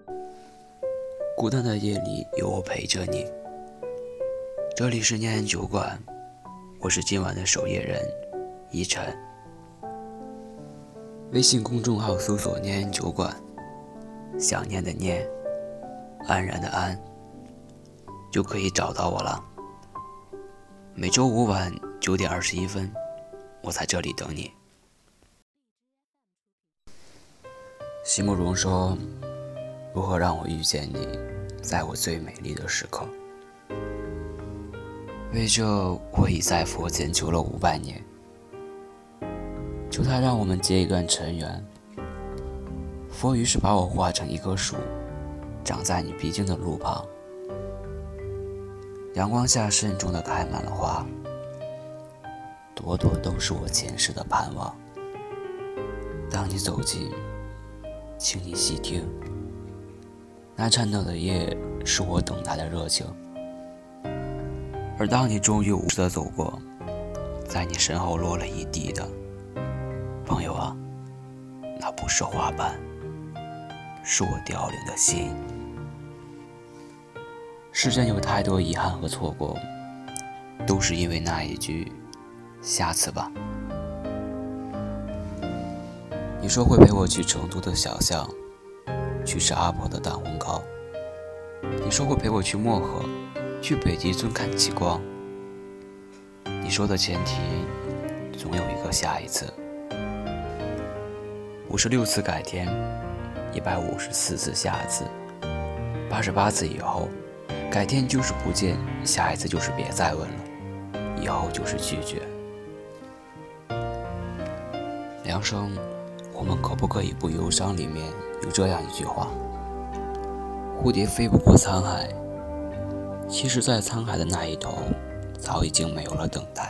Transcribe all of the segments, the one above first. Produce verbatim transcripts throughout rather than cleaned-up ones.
孤单的夜里有我陪着你。这里是念安酒馆，我是今晚的守夜人依晨。微信公众号搜索念安酒馆，想念的念，安然的安，就可以找到我了。每周五晚九点二十一分，我在这里等你。席慕容说，如何让我遇见你，在我最美丽的时刻。为这，我已在佛前求了五百年，求他让我们结一段尘缘。佛于是把我画成一棵树，长在你必经的路旁。阳光下慎重地开满了花，朵朵都是我前世的盼望。当你走近，请你细听，那颤抖的夜是我等待的热情。而当你终于无视地走过，在你身后落了一地的，朋友啊，那不是花瓣，是我凋零的心。世间有太多遗憾和错过，都是因为那一句下次吧。你说会陪我去成都的小巷，去吃阿婆的蛋烘糕。你说会陪我去漠河，去北极村看极光。你说的前提总有一个下一次。五十六次改天，一百五十四次下次，八十八次以后，改天就是不见，下一次就是别再问了，以后就是拒绝。梁生，我们可不可以不忧伤？里面有这样一句话：蝴蝶飞不过沧海。其实在沧海的那一头，早已经没有了等待。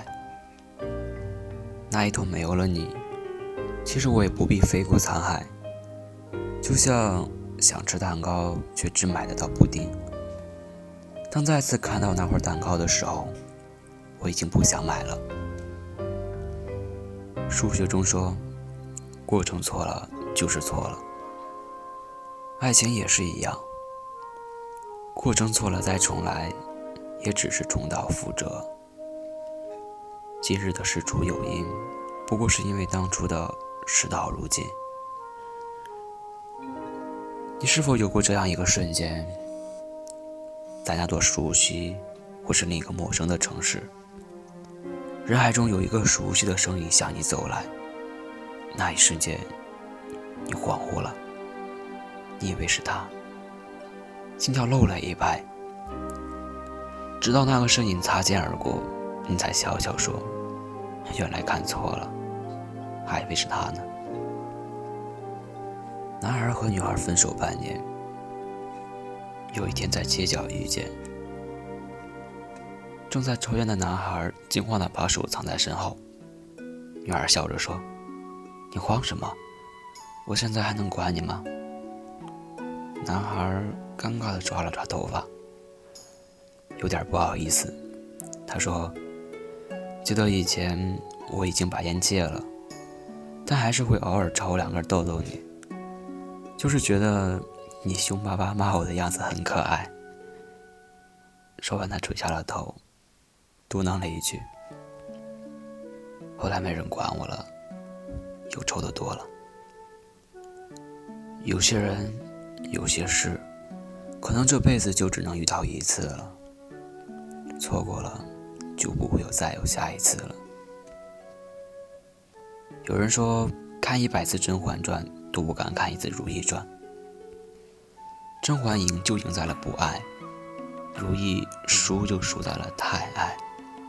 那一头没有了你，其实我也不必飞过沧海。就像想吃蛋糕却只买得到布丁，当再次看到那块蛋糕的时候，我已经不想买了。数学中说，过程错了就是错了，爱情也是一样，过程错了再重来，也只是重蹈覆辙。今日的事出有因，不过是因为当初的事到如今。你是否有过这样一个瞬间，在那座熟悉或是另一个陌生的城市，人海中有一个熟悉的声音向你走来，那一瞬间你恍惚了，你以为是他，心跳漏了一拍，直到那个身影擦肩而过，你才悄悄说，原来看错了，还以为是他呢。男孩和女孩分手半年，有一天在街角遇见，正在抽烟的男孩惊慌地把手藏在身后，女孩笑着说，你慌什么？我现在还能管你吗？男孩尴尬地抓了抓头发，有点不好意思。他说，记得以前我已经把烟戒了，但还是会偶尔抽两根逗逗你，就是觉得你凶巴巴骂我的样子很可爱。说完他垂下了头，嘟囔了一句，后来没人管我了，又抽得多了。有些人，有些事，可能这辈子就只能遇到一次了，错过了就不会有再有下一次了。有人说，看一百次《甄嬛传》都不敢看一次《如懿传》。甄嬛赢就赢在了不爱，如懿输就输在了太爱。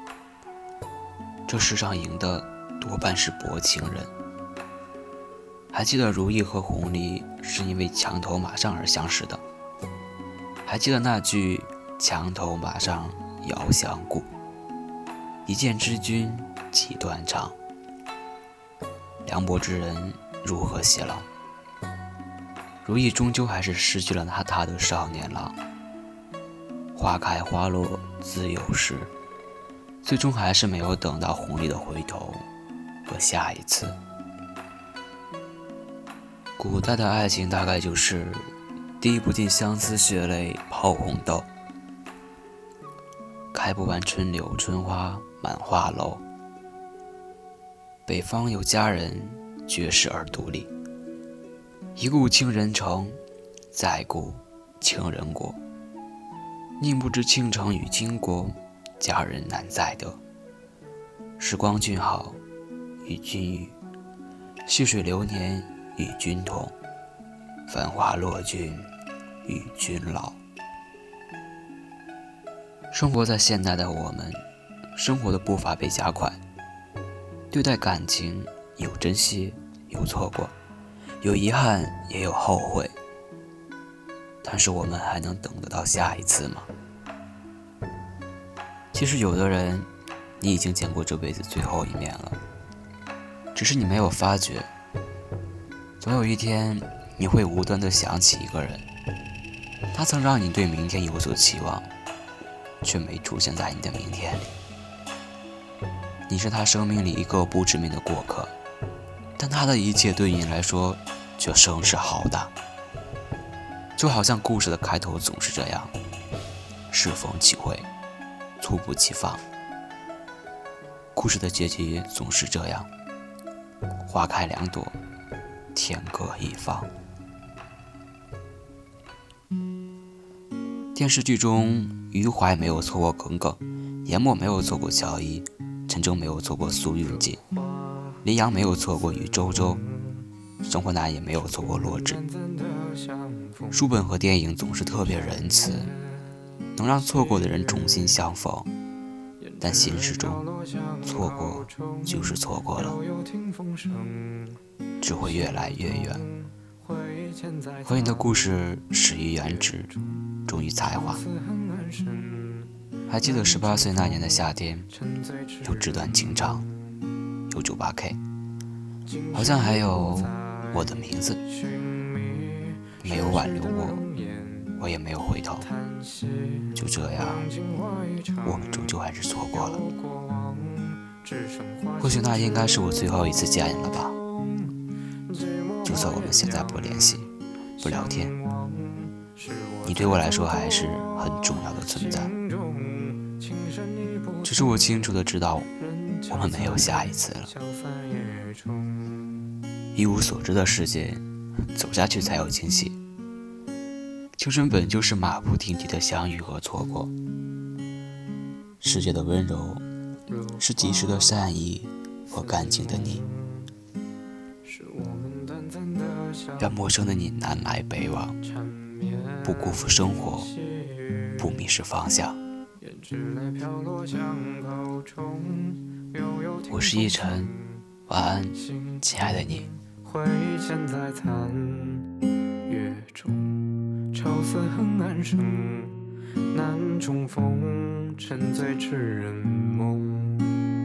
这世上赢的多半是薄情人。还记得如懿和弘历是因为墙头马上而相识的，还记得那句墙头马上遥相顾，一见知君即断肠。凉薄之人如何偕老？如懿终究还是失去了那她的少年郎。花开花落自有时，最终还是没有等到弘历的回头和下一次。古代的爱情大概就是滴不尽相思血泪抛红豆，开不完春柳春花满画楼。北方有佳人，绝世而独立。一顾倾人城，再顾倾人国。宁不知倾城与倾国，佳人难再得。时光俊好，与君语；细水流年，与君同。繁华落尽，与君老。生活在现代的我们，生活的步伐被加快，对待感情有珍惜，有错过，有遗憾，也有后悔。但是我们还能等得到下一次吗？其实有的人，你已经见过这辈子最后一面了，只是你没有发觉。总有一天，你会无端地想起一个人，他曾让你对明天有所期望，却没出现在你的明天里。你是他生命里一个不知名的过客，但他的一切对你来说却声势浩大。就好像故事的开头总是这样，适逢其会，猝不及防。故事的结局总是这样，花开两朵，天各一方。电视剧中，余淮没有错过耿耿，严默没有错过乔伊，陈征没有错过苏运锦，黎阳没有错过与周周，生活男也没有错过罗志。书本和电影总是特别仁慈，能让错过的人重新相逢，但现实中，错过就是错过了，只会越来越远。和你的故事始于颜值，终于才华。还记得十八岁那年的夏天，有纸短情长，有九八 K， 好像还有我的名字。没有挽留我，我也没有回头，就这样，我们终究还是错过了。或许那应该是我最后一次见你了吧。就算我们现在不联系，不聊天，你对我来说还是很重要的存在。只是我清楚的知道，我们没有下一次了。一无所知的世界，走下去才有惊喜。青春本就是马不停蹄的相遇和错过。世界的温柔，是及时的善意和干净的你。愿陌生的你南来北往，不辜负生活，不迷失方向。我是一晨，晚安，亲爱的你。 挥剑在残月中，愁思恨暗生，难重逢，沉醉痴人梦。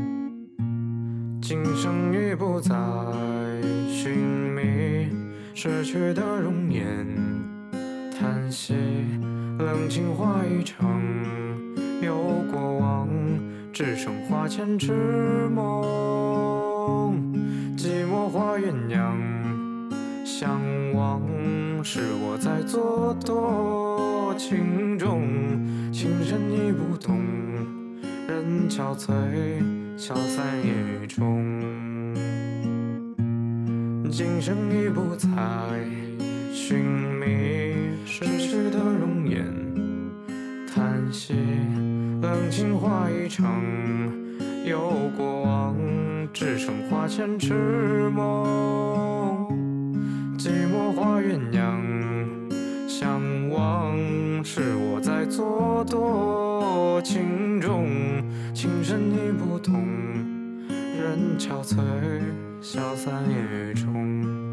今生已不再寻觅逝去的容颜，叹息冷清化一场，有过往，只剩花前痴梦。寂寞化鸳鸯，相望是我在做多情中，情深意不懂，人憔悴，消散夜中。今生已不再寻觅逝去的容颜，叹息冷清化一场，有过往，只剩花前痴梦。寂寞化鸳鸯，相望是我在做多情中，情深意不懂，人憔悴，消散夜中。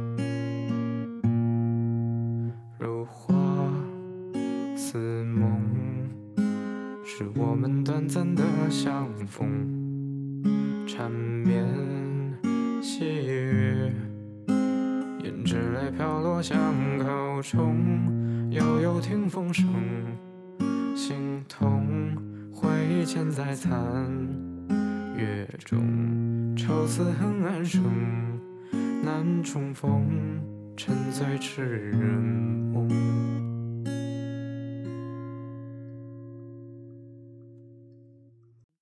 如花似梦，是我们短暂的相逢。缠绵细雨，胭脂泪飘落巷口中，悠悠听风声，心痛回忆嵌在残月中，愁思恨暗生，难重逢，沉醉痴人梦。